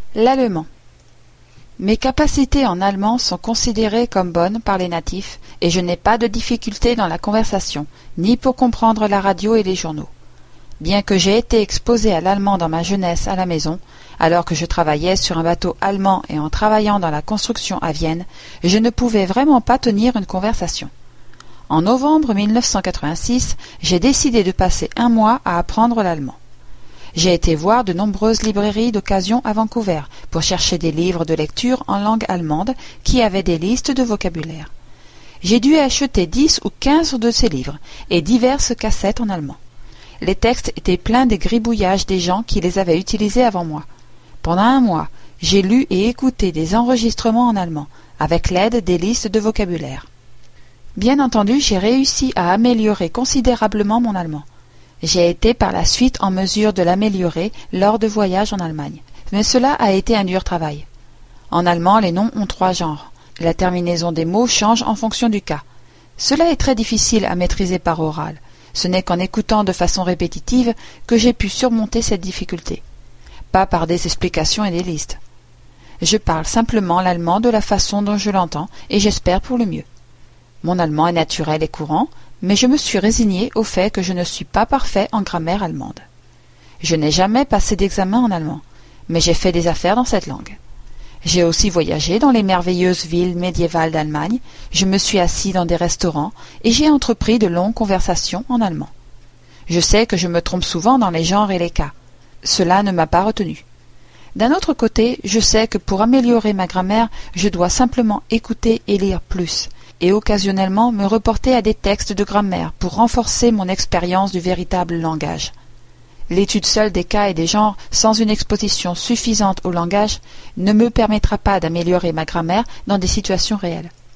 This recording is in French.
L'allemand. Mes capacités en allemand sont considérées comme bonnes par les natifs et je n'ai pas de difficulté dans la conversation, ni pour comprendre la radio et les journaux. Bien que j'ai été exposé à l'allemand dans ma jeunesse à la maison, alors que je travaillais sur un bateau allemand et en travaillant dans la construction à Vienne, je ne pouvais vraiment pas tenir une conversation. En novembre 1986, j'ai décidé de passer un mois à apprendre l'allemand. J'ai été voir de nombreuses librairies d'occasion à Vancouver pour chercher des livres de lecture en langue allemande qui avaient des listes de vocabulaire. J'ai dû acheter 10 ou 15 de ces livres et diverses cassettes en allemand. Les textes étaient pleins des gribouillages des gens qui les avaient utilisés avant moi. Pendant un mois, j'ai lu et écouté des enregistrements en allemand, avec l'aide des listes de vocabulaire. Bien entendu, j'ai réussi à améliorer considérablement mon allemand. J'ai été par la suite en mesure de l'améliorer lors de voyages en Allemagne, mais cela a été un dur travail. En allemand, les noms ont 3 genres. La terminaison des mots change en fonction du cas. Cela est très difficile à maîtriser par oral. Ce n'est qu'en écoutant de façon répétitive que j'ai pu surmonter cette difficulté. Pas par des explications et des listes. Je parle simplement l'allemand de la façon dont je l'entends et j'espère pour le mieux. Mon allemand est naturel et courant, mais je me suis résigné au fait que je ne suis pas parfait en grammaire allemande. Je n'ai jamais passé d'examen en allemand, mais j'ai fait des affaires dans cette langue. J'ai aussi voyagé dans les merveilleuses villes médiévales d'Allemagne, je me suis assis dans des restaurants et j'ai entrepris de longues conversations en allemand. Je sais que je me trompe souvent dans les genres et les cas. Cela ne m'a pas retenu. D'un autre côté, je sais que pour améliorer ma grammaire, je dois simplement écouter et lire plus, et occasionnellement me reporter à des textes de grammaire pour renforcer mon expérience du véritable langage. L'étude seule des cas et des genres, sans une exposition suffisante au langage, ne me permettra pas d'améliorer ma grammaire dans des situations réelles.